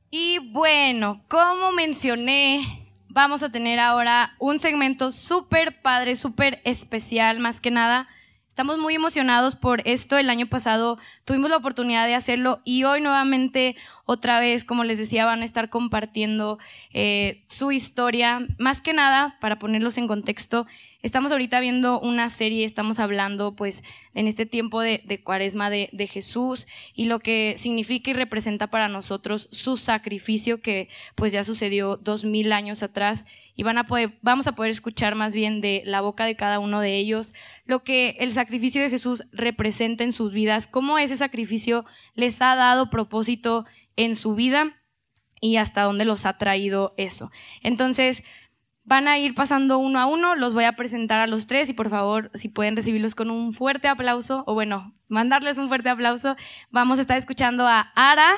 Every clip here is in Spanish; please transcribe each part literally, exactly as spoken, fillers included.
Y bueno, como mencioné, vamos a tener ahora un segmento súper padre, súper especial, más que nada. Estamos muy emocionados por esto. El año pasado tuvimos la oportunidad de hacerlo y hoy nuevamente, otra vez, como les decía, van a estar compartiendo eh, su historia. Más que nada, para ponerlos en contexto, estamos ahorita viendo una serie, estamos hablando pues en este tiempo de, de Cuaresma de, de Jesús y lo que significa y representa para nosotros su sacrificio que pues ya sucedió dos mil años atrás. Y van a poder, vamos a poder escuchar más bien de la boca de cada uno de ellos lo que el sacrificio de Jesús representa en sus vidas, cómo ese sacrificio les ha dado propósito en su vida y hasta dónde los ha traído eso. Entonces, van a ir pasando uno a uno, los voy a presentar a los tres y por favor, si pueden recibirlos con un fuerte aplauso, o bueno, mandarles un fuerte aplauso. Vamos a estar escuchando a Ara,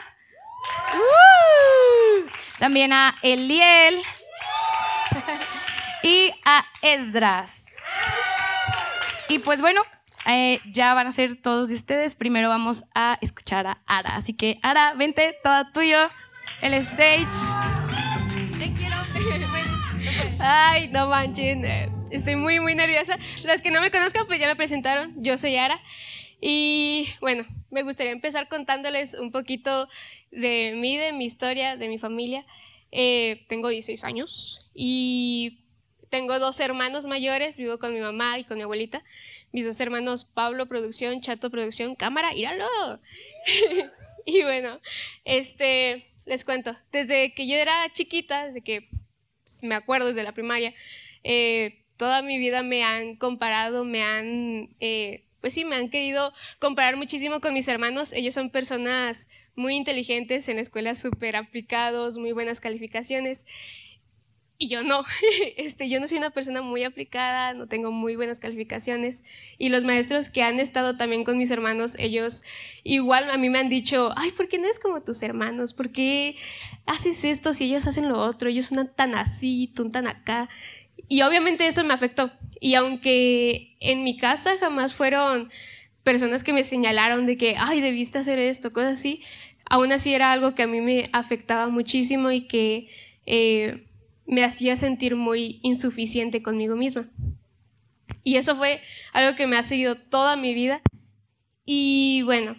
uh, también a Eliel y a Esdras. Y pues bueno, eh, ya van a ser todos de ustedes. Primero vamos a escuchar a Ara. Así que Ara, vente, todo tuyo, el stage. Te quiero. Ay, no manchen, estoy muy muy nerviosa. Los que no me conozcan pues ya me presentaron. Yo soy Ara. Y bueno, me gustaría empezar contándoles un poquito de mí, de mi historia, de mi familia. Eh, tengo dieciséis años y tengo dos hermanos mayores, vivo con mi mamá y con mi abuelita. Mis dos hermanos, Pablo, producción, Chato, producción, cámara, íralo. Y bueno, este, les cuento, desde que yo era chiquita, desde que me acuerdo, desde la primaria, eh, toda mi vida me han comparado, me han, eh, pues sí, me han querido comparar muchísimo con mis hermanos. Ellos son personas muy inteligentes, en la escuela súper aplicados, muy buenas calificaciones. Y yo no, este, yo no soy una persona muy aplicada, no tengo muy buenas calificaciones. Y los maestros que han estado también con mis hermanos, ellos igual a mí me han dicho, ay, ¿por qué no eres como tus hermanos? ¿Por qué haces esto si ellos hacen lo otro? Ellos son tan así, tú tan acá. Y obviamente eso me afectó. Y aunque en mi casa jamás fueron personas que me señalaron de que, ay, debiste hacer esto, cosas así, aún así era algo que a mí me afectaba muchísimo y que eh, me hacía sentir muy insuficiente conmigo misma. Y eso fue algo que me ha seguido toda mi vida. Y bueno,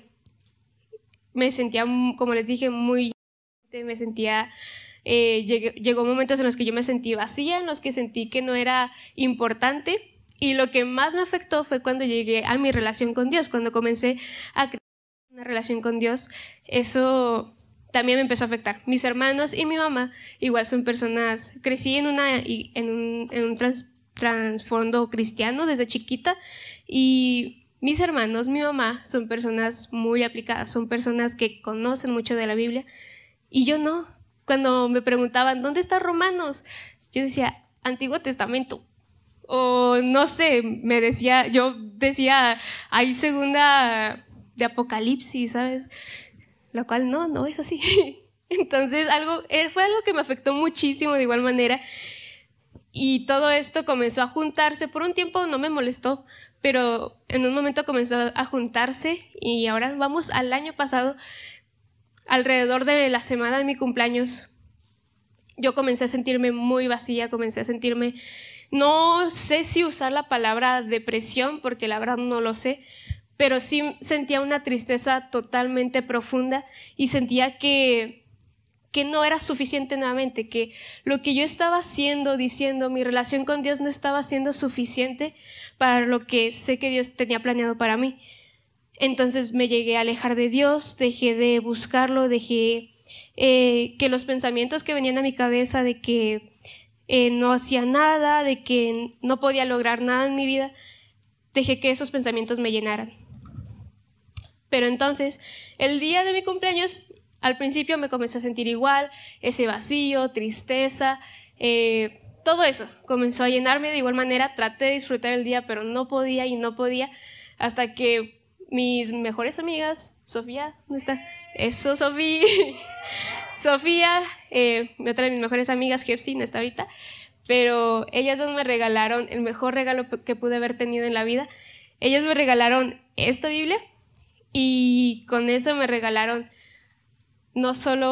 me sentía, como les dije, muy... Me sentía... Eh, llegué, llegó momentos en los que yo me sentí vacía, en los que sentí que no era importante. Y lo que más me afectó fue cuando llegué a mi relación con Dios, cuando comencé a crear una relación con Dios. Eso también me empezó a afectar. Mis hermanos y mi mamá igual son personas, crecí en, una, en un, en un trans, trasfondo cristiano desde chiquita y mis hermanos, mi mamá son personas muy aplicadas, son personas que conocen mucho de la Biblia y yo no. Cuando me preguntaban, ¿dónde está Romanos? Yo decía, Antiguo Testamento. O no sé, me decía, yo decía, hay segunda de Apocalipsis, ¿sabes? Lo cual no, no es así. Entonces algo, fue algo que me afectó muchísimo de igual manera. Y todo esto comenzó a juntarse. Por un tiempo no me molestó, pero en un momento comenzó a juntarse y ahora vamos al año pasado. Alrededor de la semana de mi cumpleaños, yo comencé a sentirme muy vacía, comencé a sentirme, no sé si usar la palabra depresión, porque la verdad no lo sé, pero sí sentía una tristeza totalmente profunda y sentía que, que no era suficiente nuevamente, que lo que yo estaba haciendo, diciendo, mi relación con Dios no estaba siendo suficiente para lo que sé que Dios tenía planeado para mí. Entonces me llegué a alejar de Dios, dejé de buscarlo, dejé eh, que los pensamientos que venían a mi cabeza de que eh, no hacía nada, de que no podía lograr nada en mi vida, dejé que esos pensamientos me llenaran. Pero entonces, el día de mi cumpleaños, al principio me comencé a sentir igual, ese vacío, tristeza, eh, todo eso comenzó a llenarme de igual manera. Traté de disfrutar el día, pero no podía y no podía, hasta que mis mejores amigas, Sofía, ¿dónde está? Eso, Sofía. Sofía, eh, otra de mis mejores amigas, Jepsi, no está ahorita, pero ellas dos me regalaron el mejor regalo que pude haber tenido en la vida. Ellas me regalaron esta Biblia y con eso me regalaron no solo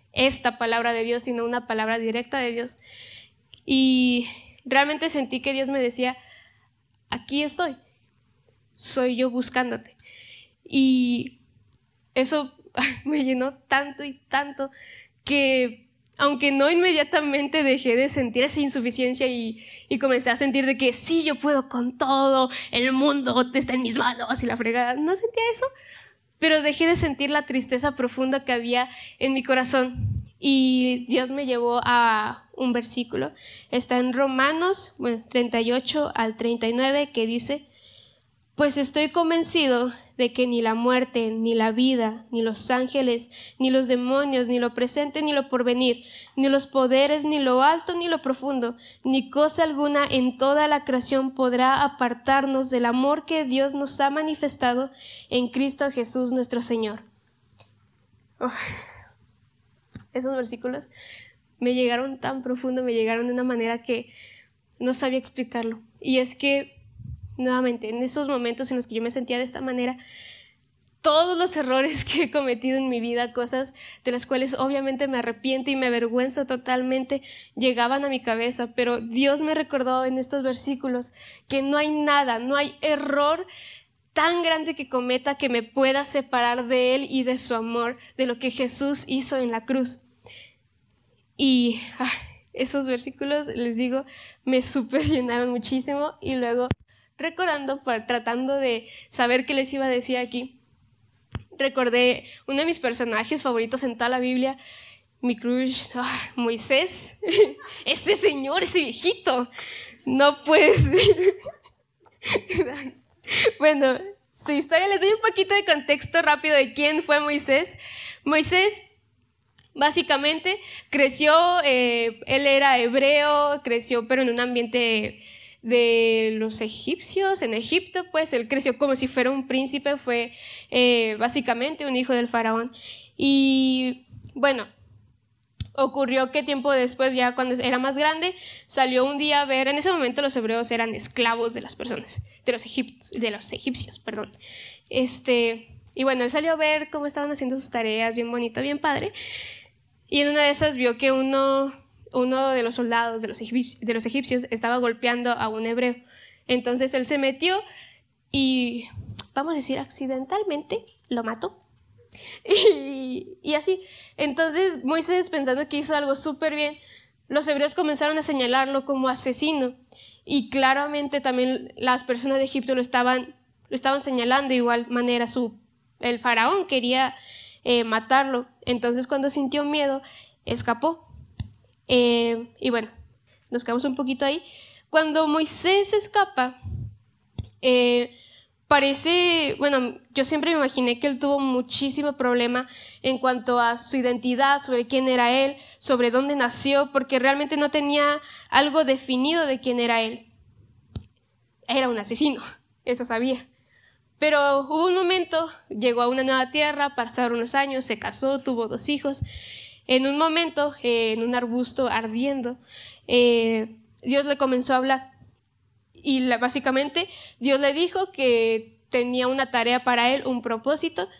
esta palabra de Dios, sino una palabra directa de Dios. Y realmente sentí que Dios me decía, aquí estoy, soy yo buscándote. Y eso me llenó tanto y tanto que, aunque no inmediatamente dejé de sentir esa insuficiencia y, y comencé a sentir de que sí, yo puedo con todo, el mundo está en mis manos y la fregada, no sentía eso, pero dejé de sentir la tristeza profunda que había en mi corazón. Y Dios me llevó a un versículo, está en Romanos bueno, treinta y ocho al treinta y nueve, que dice: pues estoy convencido de que ni la muerte, ni la vida, ni los ángeles, ni los demonios, ni lo presente, ni lo porvenir, ni los poderes, ni lo alto, ni lo profundo, ni cosa alguna en toda la creación podrá apartarnos del amor que Dios nos ha manifestado en Cristo Jesús nuestro Señor. Oh, esos versículos me llegaron tan profundo, me llegaron de una manera que no sabía explicarlo. Y es que nuevamente, en esos momentos en los que yo me sentía de esta manera, todos los errores que he cometido en mi vida, cosas de las cuales obviamente me arrepiento y me avergüenzo totalmente, llegaban a mi cabeza, pero Dios me recordó en estos versículos que no hay nada, no hay error tan grande que cometa que me pueda separar de Él y de su amor, de lo que Jesús hizo en la cruz. Y ah, esos versículos, les digo, me súper llenaron muchísimo. Y luego recordando, tratando de saber qué les iba a decir aquí, recordé uno de mis personajes favoritos en toda la Biblia, mi crush, oh, Moisés. Ese señor, ese viejito, no puedes. Bueno, su historia, les doy un poquito de contexto rápido de quién fue Moisés. Moisés básicamente creció, eh, él era hebreo, creció pero en un ambiente de los egipcios, en Egipto, pues él creció como si fuera un príncipe, fue eh, básicamente un hijo del faraón. Y bueno, ocurrió que tiempo después, ya cuando era más grande, salió un día a ver, en ese momento los hebreos eran esclavos de las personas, de los egipcios, de los egipcios, perdón. Este, y bueno, él salió a ver cómo estaban haciendo sus tareas, bien bonito, bien padre, y en una de esas vio que uno... uno de los soldados de los, egipcios, de los egipcios estaba golpeando a un hebreo. Entonces él se metió y, vamos a decir, accidentalmente lo mató. Y, y así. Entonces Moisés, pensando que hizo algo súper bien, los hebreos comenzaron a señalarlo como asesino. Y claramente también las personas de Egipto lo estaban, lo estaban señalando de igual manera. Su, el faraón quería eh, matarlo. Entonces cuando sintió miedo, escapó. Eh, y bueno, nos quedamos un poquito ahí. Cuando Moisés escapa, eh, parece, bueno, yo siempre me imaginé que él tuvo muchísimo problema en cuanto a su identidad, sobre quién era él, sobre dónde nació, porque realmente no tenía algo definido de quién era él. Era un asesino, eso sabía. Pero hubo un momento, llegó a una nueva tierra, pasaron unos años, se casó, tuvo dos hijos. En un momento, eh, en un arbusto ardiendo, eh, Dios le comenzó a hablar. Y la, básicamente Dios le dijo que tenía una tarea para él, un propósito.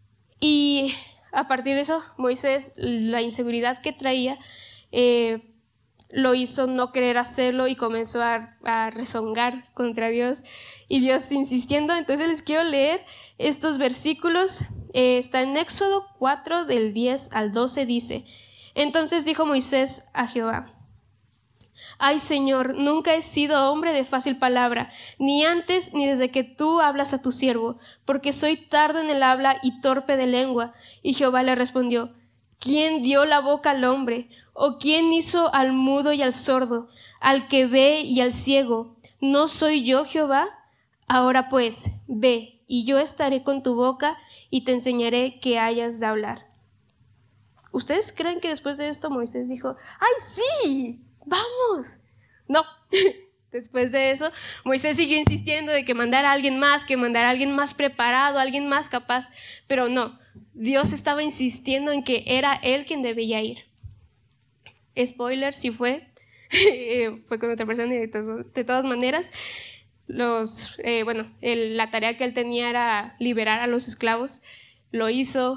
Y a partir de eso, Moisés, la inseguridad que traía, eh, lo hizo no querer hacerlo y comenzó a, a rezongar contra Dios. Y Dios insistiendo. Entonces les quiero leer estos versículos. Eh, está en Éxodo cuatro, del diez al doce, dice: entonces dijo Moisés a Jehová: ay, Señor, nunca he sido hombre de fácil palabra, ni antes ni desde que tú hablas a tu siervo, porque soy tardo en el habla y torpe de lengua. Y Jehová le respondió: ¿quién dio la boca al hombre? ¿O quién hizo al mudo y al sordo, al que ve y al ciego? ¿No soy yo Jehová? Ahora pues, ve, y yo estaré con tu boca y te enseñaré que hayas de hablar. ¿Ustedes creen que después de esto Moisés dijo: ¡ay, sí! ¡Vamos! No. Después de eso, Moisés siguió insistiendo de que mandara a alguien más, que mandara a alguien más preparado, a alguien más capaz. Pero no, Dios estaba insistiendo en que era él quien debía ir. Spoiler, sí fue. Fue con otra persona y de, to- de todas maneras, los, eh, bueno, el, la tarea que él tenía era liberar a los esclavos. Lo hizo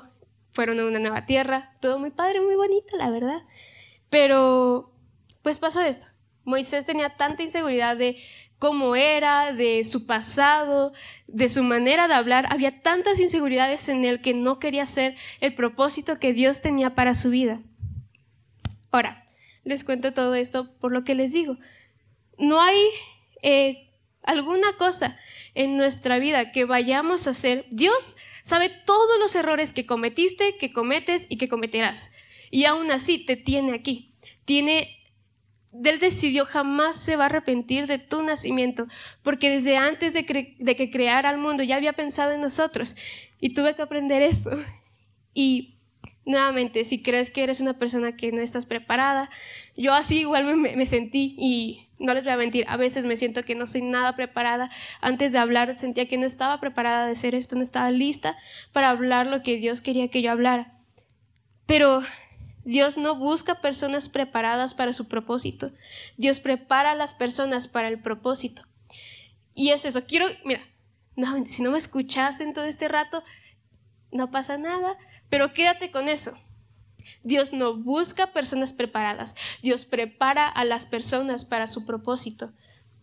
fueron a una nueva tierra, todo muy padre, muy bonito, la verdad. Pero, pues pasó esto. Moisés tenía tanta inseguridad de cómo era, de su pasado, de su manera de hablar. Había tantas inseguridades en él que no quería hacer el propósito que Dios tenía para su vida. Ahora, les cuento todo esto por lo que les digo. No hay eh, alguna cosa en nuestra vida que vayamos a hacer. Dios sabe todos los errores que cometiste, que cometes y que cometerás. Y aún así te tiene aquí. Tiene, Él decidió jamás se va a arrepentir de tu nacimiento, porque desde antes de, cre- de que creara el mundo ya había pensado en nosotros. Y tuve que aprender eso. Y nuevamente, si crees que eres una persona que no estás preparada, yo así igual me, me sentí, y no les voy a mentir, a veces me siento que no soy nada preparada. Antes de hablar sentía que no estaba preparada de hacer esto, no estaba lista para hablar lo que Dios quería que yo hablara. Pero Dios no busca personas preparadas para su propósito. Dios prepara a las personas para el propósito. Y es eso, quiero, mira, nuevamente, si no me escuchaste en todo este rato, no pasa nada, pero quédate con eso. Dios no busca personas preparadas. Dios prepara a las personas para su propósito.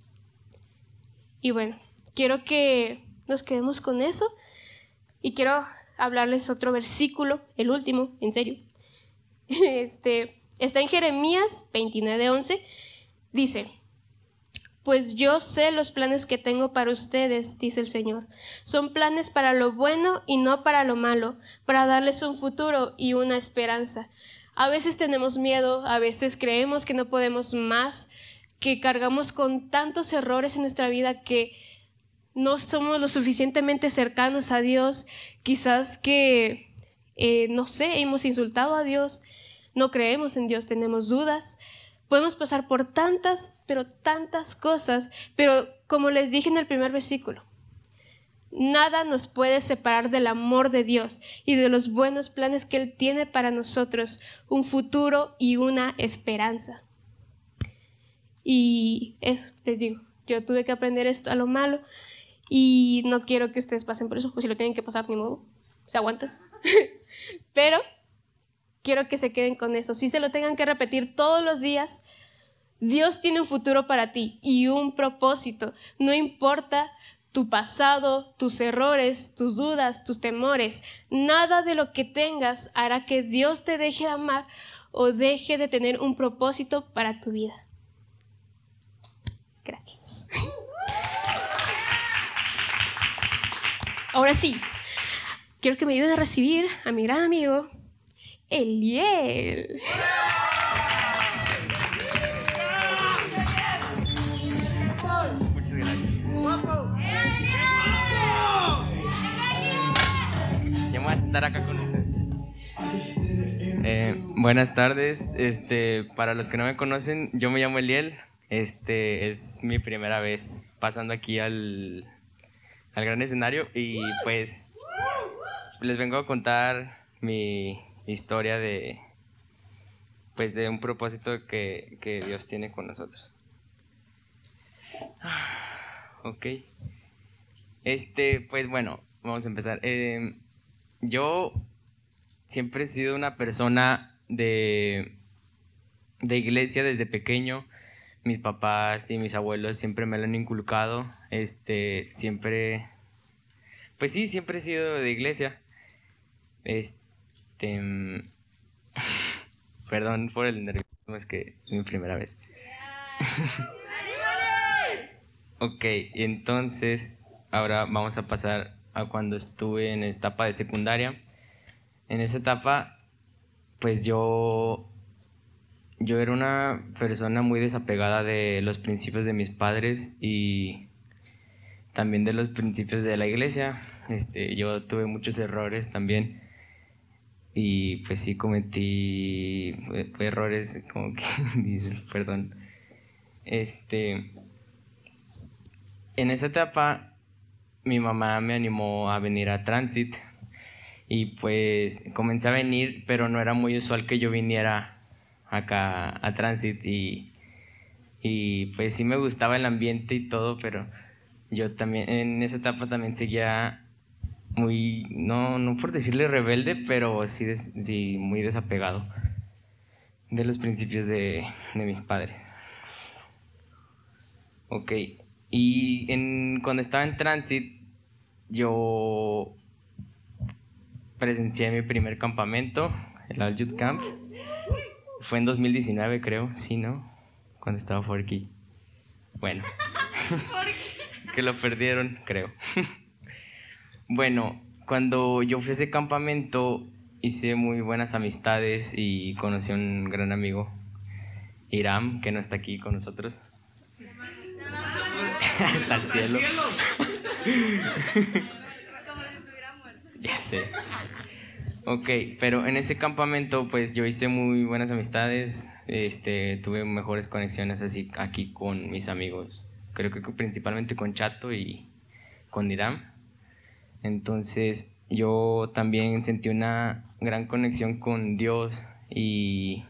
Y bueno, quiero que nos quedemos con eso. Y quiero hablarles otro versículo, el último, en serio. Este, está en Jeremías veintinueve once. Dice: pues yo sé los planes que tengo para ustedes, dice el Señor. Son planes para lo bueno y no para lo malo, para darles un futuro y una esperanza. A veces tenemos miedo, a veces creemos que no podemos más, que cargamos con tantos errores en nuestra vida que no somos lo suficientemente cercanos a Dios. Quizás que, eh, no sé, hemos insultado a Dios, no creemos en Dios, tenemos dudas. Podemos pasar por tantas, pero tantas cosas, pero como les dije en el primer versículo, nada nos puede separar del amor de Dios y de los buenos planes que Él tiene para nosotros, un futuro y una esperanza. Y eso, les digo, yo tuve que aprender esto a lo malo y no quiero que ustedes pasen por eso, pues si lo tienen que pasar, ni modo, se aguantan. Pero quiero que se queden con eso. Si se lo tengan que repetir todos los días, Dios tiene un futuro para ti y un propósito. No importa tu pasado, tus errores, tus dudas, tus temores. Nada de lo que tengas hará que Dios te deje de amar o deje de tener un propósito para tu vida. Gracias. Ahora sí, quiero que me ayuden a recibir a mi gran amigo Eliel. Muchas gracias. Ya me voy a estar acá con ustedes. Eh, buenas tardes. Este, para los que no me conocen, yo me llamo Eliel. Este es mi primera vez pasando aquí al, al gran escenario y pues les vengo a contar mi historia de, pues, de un propósito que, que Dios tiene con nosotros. Ok. Este, pues bueno, vamos a empezar. Eh, yo siempre he sido una persona de, de iglesia desde pequeño. Mis papás y mis abuelos siempre me lo han inculcado. Este, siempre, pues sí, siempre he sido de iglesia. Este, perdón por el nerviosismo, es que es mi primera vez. Ok, entonces ahora vamos a pasar a cuando estuve en etapa de secundaria. En esa etapa, pues yo, yo era una persona muy desapegada de los principios de mis padres y también de los principios de la iglesia. Este, yo tuve muchos errores también. Y pues sí cometí errores, como que, perdón. Este, en esa etapa, mi mamá me animó a venir a Transit y pues comencé a venir, pero no era muy usual que yo viniera acá a Transit y, y pues sí me gustaba el ambiente y todo, pero yo también, en esa etapa también seguía muy, no, no por decirle rebelde, pero sí, des, sí muy desapegado de los principios de, de mis padres. Ok, y en, cuando estaba en Transit, yo presencié mi primer campamento, el All Youth Camp. Fue en dos mil diecinueve, creo, sí, ¿no? Cuando estaba Forky. Bueno, que lo perdieron, creo. Bueno, cuando yo fui a ese campamento, hice muy buenas amistades y conocí a un gran amigo, Iram, que no está aquí con nosotros. Hasta el cielo. Ya sé. Ok, pero en ese campamento pues yo hice muy buenas amistades, este, tuve mejores conexiones así aquí con mis amigos, creo que principalmente con Chato y con Iram. Entonces yo también sentí una gran conexión con Dios y,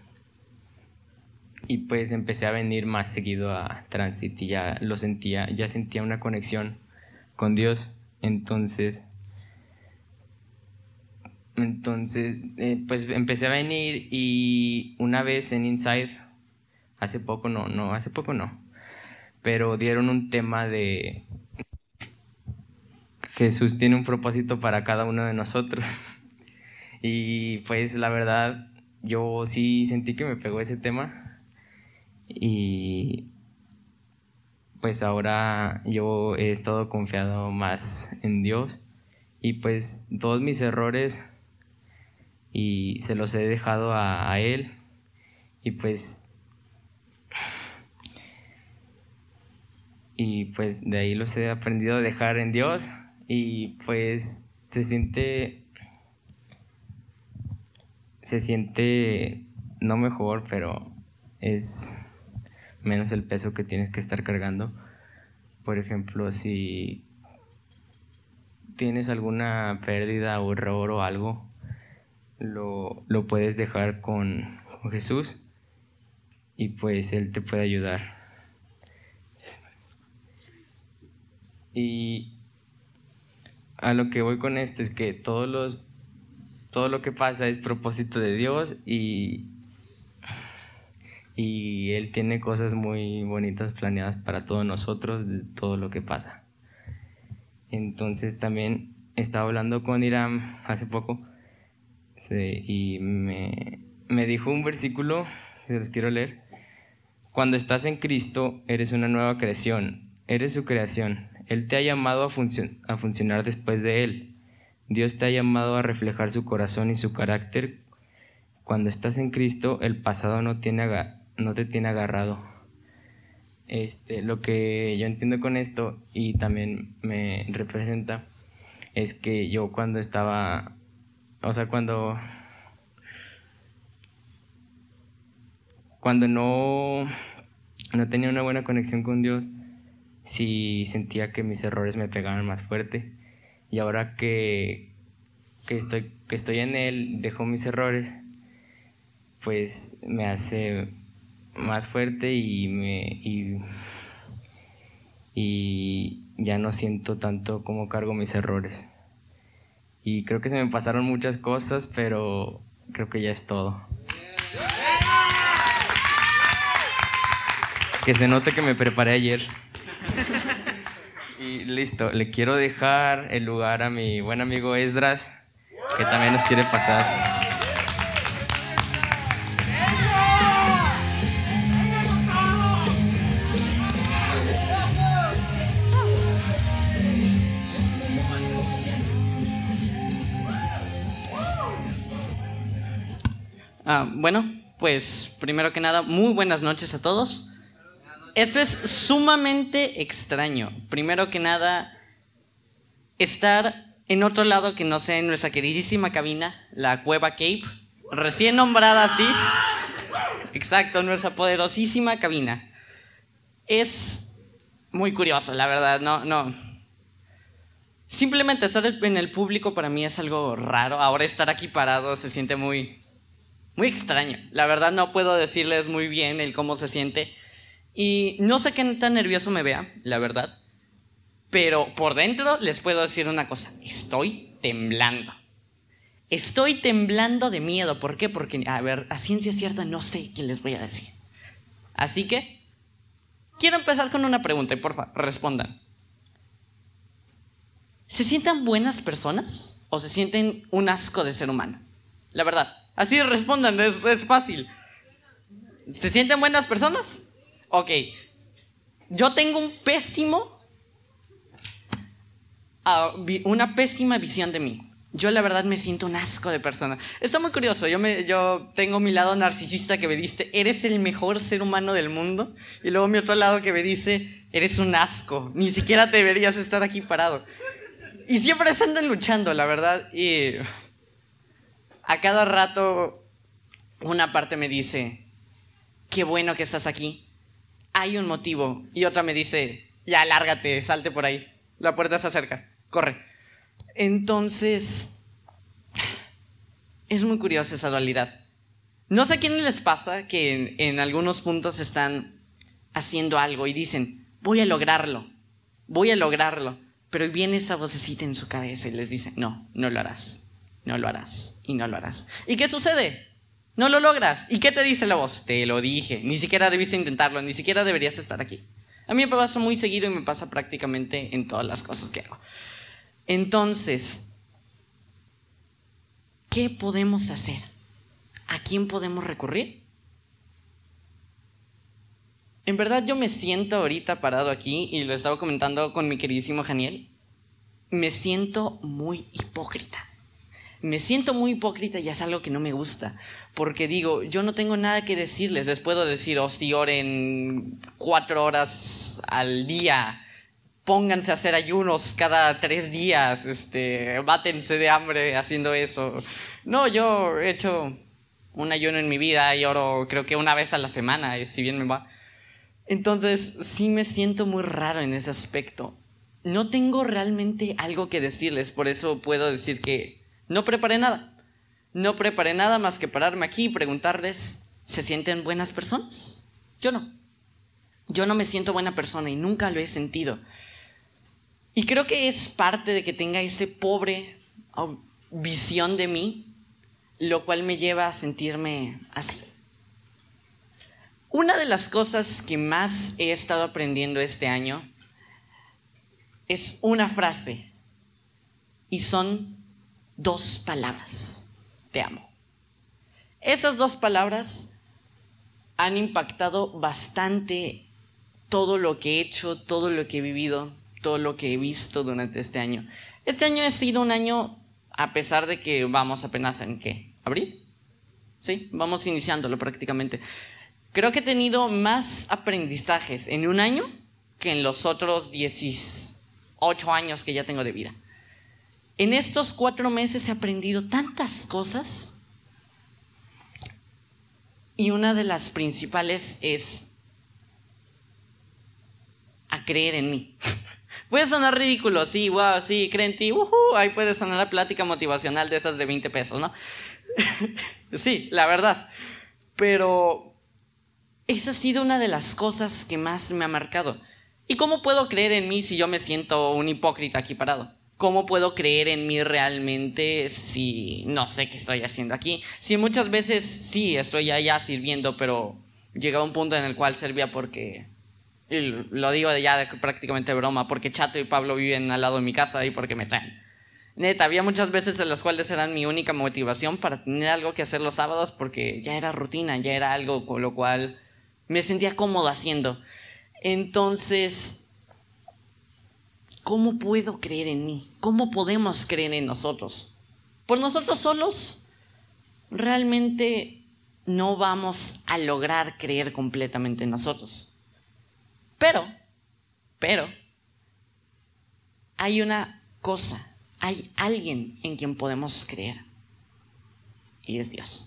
y pues empecé a venir más seguido a Transit y ya lo sentía, ya sentía una conexión con Dios. Entonces, entonces eh, pues empecé a venir y una vez en Inside, hace poco no, no, hace poco no, pero dieron un tema de Jesús tiene un propósito para cada uno de nosotros. Y pues la verdad, yo sí sentí que me pegó ese tema. Y pues ahora yo he estado confiado más en Dios. Y pues todos mis errores y se los he dejado a, a Él. Y pues... Y pues de ahí los he aprendido a dejar en Dios. Y pues se siente, se siente no mejor, pero es menos el peso que tienes que estar cargando. Por ejemplo, si tienes alguna pérdida o error o algo, lo, lo puedes dejar con, con Jesús y pues Él te puede ayudar. Y a lo que voy con esto es que todos los, todo lo que pasa es propósito de Dios y, y Él tiene cosas muy bonitas planeadas para todos nosotros de todo lo que pasa. Entonces también estaba hablando con Iram hace poco sí, y me, me dijo un versículo que los quiero leer. Cuando estás en Cristo eres una nueva creación, eres su creación. Él te ha llamado a, funcio- a funcionar después de Él. Dios te ha llamado a reflejar su corazón y su carácter. Cuando estás en Cristo, el pasado no, tiene aga- no te tiene agarrado. Este, lo que yo entiendo con esto, y también me representa, es que yo cuando estaba, o sea, cuando, cuando no, no tenía una buena conexión con Dios, sí sentía que mis errores me pegaban más fuerte. Y ahora que, que, estoy, que estoy en Él, dejo mis errores, pues me hace más fuerte y, me, y, y ya no siento tanto como cargo mis errores. Y creo que se me pasaron muchas cosas, pero creo que ya es todo. Que se note que me preparé ayer. Y listo, le quiero dejar el lugar a mi buen amigo Esdras, que también nos quiere pasar. Ah, bueno, pues primero que nada, muy buenas noches a todos. Esto es sumamente extraño. Primero que nada, estar en otro lado que no sea en nuestra queridísima cabina, la Cueva Cape, recién nombrada así. Exacto, nuestra poderosísima cabina. Es muy curioso, la verdad, no, no. Simplemente estar en el público para mí es algo raro. Ahora estar aquí parado se siente muy, muy extraño. La verdad no puedo decirles muy bien el cómo se siente. Y no sé qué tan nervioso me vea, la verdad. Pero por dentro les puedo decir una cosa. Estoy temblando. Estoy temblando de miedo. ¿Por qué? Porque, a ver, a ciencia cierta no sé qué les voy a decir. Así que, quiero empezar con una pregunta y porfa, respondan. ¿Se sienten buenas personas o se sienten un asco de ser humano? La verdad, así respondan, es, es fácil. ¿Se sienten buenas personas? Ok. Yo tengo un pésimo, uh, vi, una pésima visión de mí. Yo la verdad me siento un asco de persona. Está muy curioso, yo, me, yo tengo mi lado narcisista que me dice, eres el mejor ser humano del mundo. Y luego mi otro lado que me dice, eres un asco, ni siquiera deberías estar aquí parado. Y siempre se andan luchando, la verdad. Y a cada rato una parte me dice, qué bueno que estás aquí. Hay un motivo. Y otra me dice, ya, lárgate, salte por ahí. La puerta se acerca, corre. Entonces, es muy curiosa esa dualidad. No sé a quién les pasa que en, en algunos puntos están haciendo algo y dicen, voy a lograrlo, voy a lograrlo. Pero viene esa vocecita en su cabeza y les dice, no, no lo harás, no lo harás y no lo harás. ¿Y qué sucede? No lo logras. ¿Y qué te dice la voz? Te lo dije, ni siquiera debiste intentarlo, ni siquiera deberías estar aquí. A mí me pasa muy seguido y me pasa prácticamente en todas las cosas que hago. Entonces, ¿qué podemos hacer? ¿A quién podemos recurrir? En verdad yo me siento ahorita parado aquí y lo estaba comentando con mi queridísimo Janiel. Me siento muy hipócrita. Me siento muy hipócrita y es algo que no me gusta. Porque digo, yo no tengo nada que decirles. Les puedo decir, oh, si oren cuatro horas al día. Pónganse a hacer ayunos cada tres días. Este, mátense de hambre haciendo eso. No, yo he hecho un ayuno en mi vida y oro creo que una vez a la semana, si bien me va. Entonces, sí me siento muy raro en ese aspecto. No tengo realmente algo que decirles, por eso puedo decir que no preparé nada. No preparé nada más que pararme aquí y preguntarles, ¿se sienten buenas personas? Yo no. Yo no me siento buena persona y nunca lo he sentido. Y creo que es parte de que tenga ese pobre oh, visión de mí, lo cual me lleva a sentirme así. Una de las cosas que más he estado aprendiendo este año es una frase y son dos palabras. Te amo. Esas dos palabras han impactado bastante todo lo que he hecho, todo lo que he vivido, todo lo que he visto durante este año. Este año ha sido un año, a pesar de que vamos apenas en ¿qué? ¿Abril? Sí, vamos iniciándolo prácticamente. Creo que he tenido más aprendizajes en un año que en los otros dieciocho años que ya tengo de vida. En estos cuatro meses he aprendido tantas cosas y una de las principales es a creer en mí. Puede sonar ridículo, sí, wow, sí, cree en ti, uh-huh, ahí puede sonar la plática motivacional de esas de veinte pesos, ¿no? Sí, la verdad, pero esa ha sido una de las cosas que más me ha marcado. ¿Y cómo puedo creer en mí si yo me siento un hipócrita aquí parado? ¿Cómo puedo creer en mí realmente si no sé qué estoy haciendo aquí? Si muchas veces sí estoy allá sirviendo, pero llega un punto en el cual servía porque, y lo digo ya de, prácticamente de broma, porque Chato y Pablo viven al lado de mi casa y porque me traen. Neta, había muchas veces en las cuales eran mi única motivación para tener algo que hacer los sábados porque ya era rutina, ya era algo con lo cual me sentía cómodo haciendo. Entonces, ¿cómo puedo creer en mí? ¿Cómo podemos creer en nosotros? Por nosotros solos, realmente no vamos a lograr creer completamente en nosotros. Pero, pero, hay una cosa, hay alguien en quien podemos creer. Y es Dios.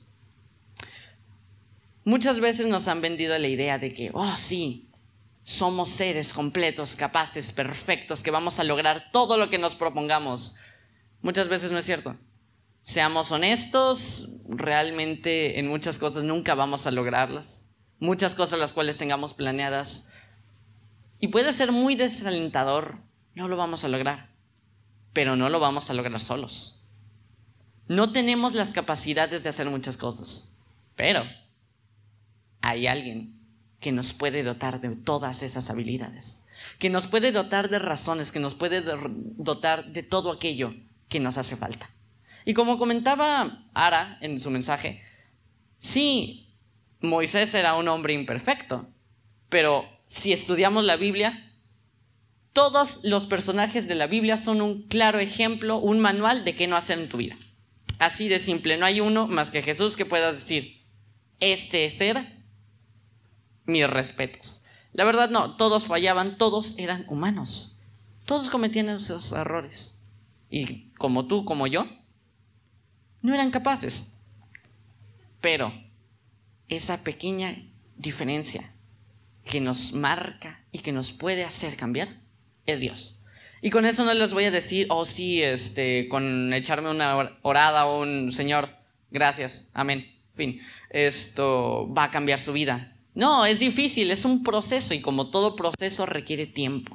Muchas veces nos han vendido la idea de que, oh sí, somos seres completos, capaces, perfectos, que vamos a lograr todo lo que nos propongamos. Muchas veces no es cierto. Seamos honestos, realmente en muchas cosas nunca vamos a lograrlas. Muchas cosas las cuales tengamos planeadas. Y puede ser muy desalentador, no lo vamos a lograr. pero no lo vamos a lograr solos. No tenemos las capacidades de hacer muchas cosas, pero hay alguien que nos puede dotar de todas esas habilidades, que nos puede dotar de razones, que nos puede dotar de todo aquello que nos hace falta. Y como comentaba Ara en su mensaje, sí, Moisés era un hombre imperfecto, pero si estudiamos la Biblia, todos los personajes de la Biblia son un claro ejemplo, un manual de qué no hacer en tu vida. Así de simple, no hay uno más que Jesús que puedas decir, este es ser, mis respetos. La verdad no, todos fallaban, todos eran humanos, todos cometían esos errores. Y como tú, como yo, no eran capaces. Pero esa pequeña diferencia que nos marca y que nos puede hacer cambiar es Dios. Y con eso no les voy a decir, oh sí, este, con echarme una orada o un Señor, gracias, amén, fin, esto va a cambiar su vida. No, es difícil, es un proceso y como todo proceso requiere tiempo.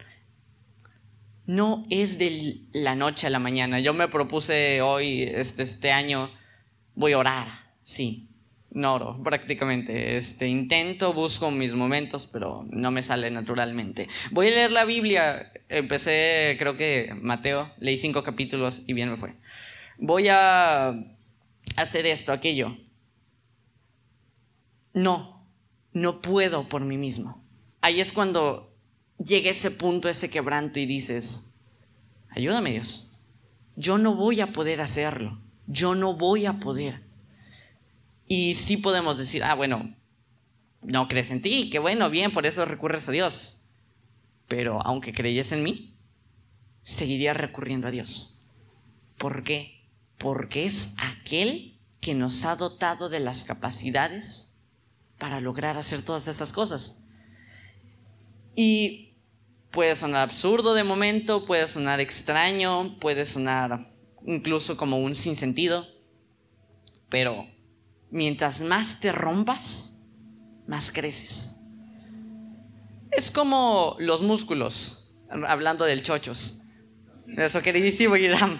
No es de la noche a la mañana. Yo me propuse hoy, este, este año, voy a orar, sí, no oro prácticamente. Este, intento, busco mis momentos, pero no me sale naturalmente. Voy a leer la Biblia, empecé creo que Mateo, leí cinco capítulos y bien me fue. Voy a hacer esto, aquello. No. No puedo por mí mismo. Ahí es cuando llega ese punto, ese quebranto y dices, ayúdame Dios. Yo no voy a poder hacerlo. Yo no voy a poder. Y sí podemos decir, ah, bueno, no crees en ti, qué bueno, bien, por eso recurres a Dios. Pero aunque creyes en mí, seguiría recurriendo a Dios. ¿Por qué? Porque es aquel que nos ha dotado de las capacidades para lograr hacer todas esas cosas. Y puede sonar absurdo de momento, puede sonar extraño, puede sonar incluso como un sinsentido, pero mientras más te rompas, más creces. Es como los músculos, hablando del chochos, nuestro queridísimo Iram.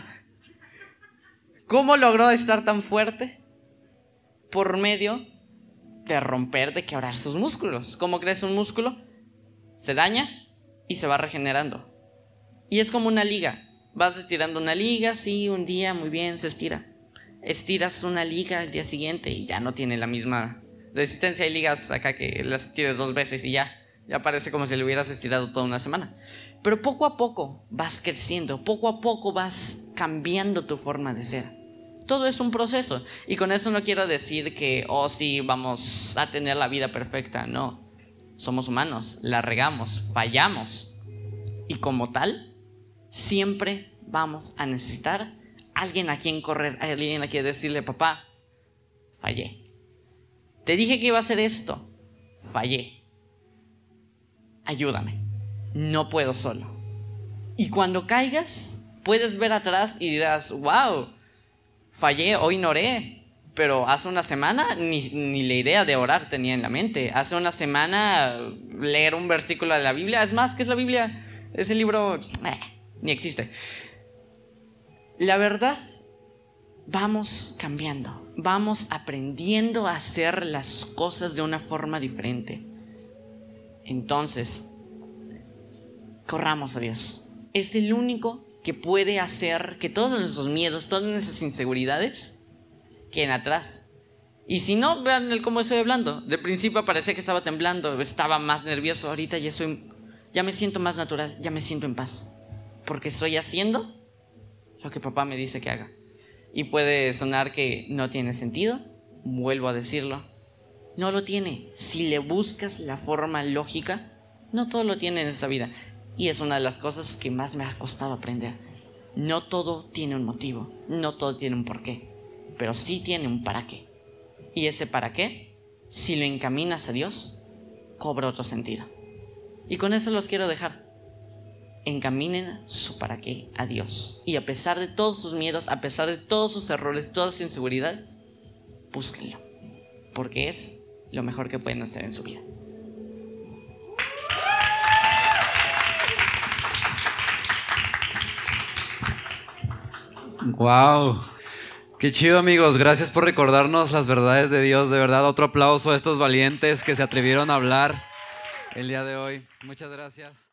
¿Cómo logró estar tan fuerte? Por medio de romper, de quebrar sus músculos. ¿Cómo crece un músculo? Se daña y se va regenerando. Y es como una liga. Vas estirando una liga, sí, un día, muy bien, se estira. Estiras una liga al día siguiente y ya no tiene la misma resistencia. Hay ligas acá que las estires dos veces y ya, ya parece como si lo hubieras estirado toda una semana. Pero poco a poco vas creciendo, poco a poco vas cambiando tu forma de ser. Todo es un proceso. Y con eso no quiero decir que, oh sí, vamos a tener la vida perfecta. No, somos humanos, la regamos, fallamos. Y como tal, siempre vamos a necesitar alguien a quien correr, alguien a quien decirle, papá, fallé. Te dije que iba a hacer esto, fallé. Ayúdame, no puedo solo. Y cuando caigas, puedes ver atrás y dirás, wow, fallé, hoy no oré, pero hace una semana ni, ni la idea de orar tenía en la mente. Hace una semana leer un versículo de la Biblia, es más, ¿qué es la Biblia? Ese libro eh, ni existe. La verdad, vamos cambiando, vamos aprendiendo a hacer las cosas de una forma diferente. Entonces, corramos a Dios. Es el único que puede hacer que todos nuestros miedos, todas nuestras inseguridades queden atrás. Y si no, vean el cómo estoy hablando. De principio parecía que estaba temblando, estaba más nervioso. Ahorita ya soy, ya me siento más natural, ya me siento en paz, porque estoy haciendo lo que papá me dice que haga. Y puede sonar que no tiene sentido, vuelvo a decirlo, no lo tiene. Si le buscas la forma lógica, no todo lo tiene en esta vida. Y es una de las cosas que más me ha costado aprender. No todo tiene un motivo, no todo tiene un porqué, pero sí tiene un para qué. Y ese para qué, si lo encaminas a Dios, cobra otro sentido. Y con eso los quiero dejar. Encaminen su para qué a Dios. Y a pesar de todos sus miedos, a pesar de todos sus errores, todas sus inseguridades, búsquenlo, porque es lo mejor que pueden hacer en su vida. Wow. Qué chido, amigos. Gracias por recordarnos las verdades de Dios. De verdad, otro aplauso a estos valientes que se atrevieron a hablar el día de hoy. Muchas gracias.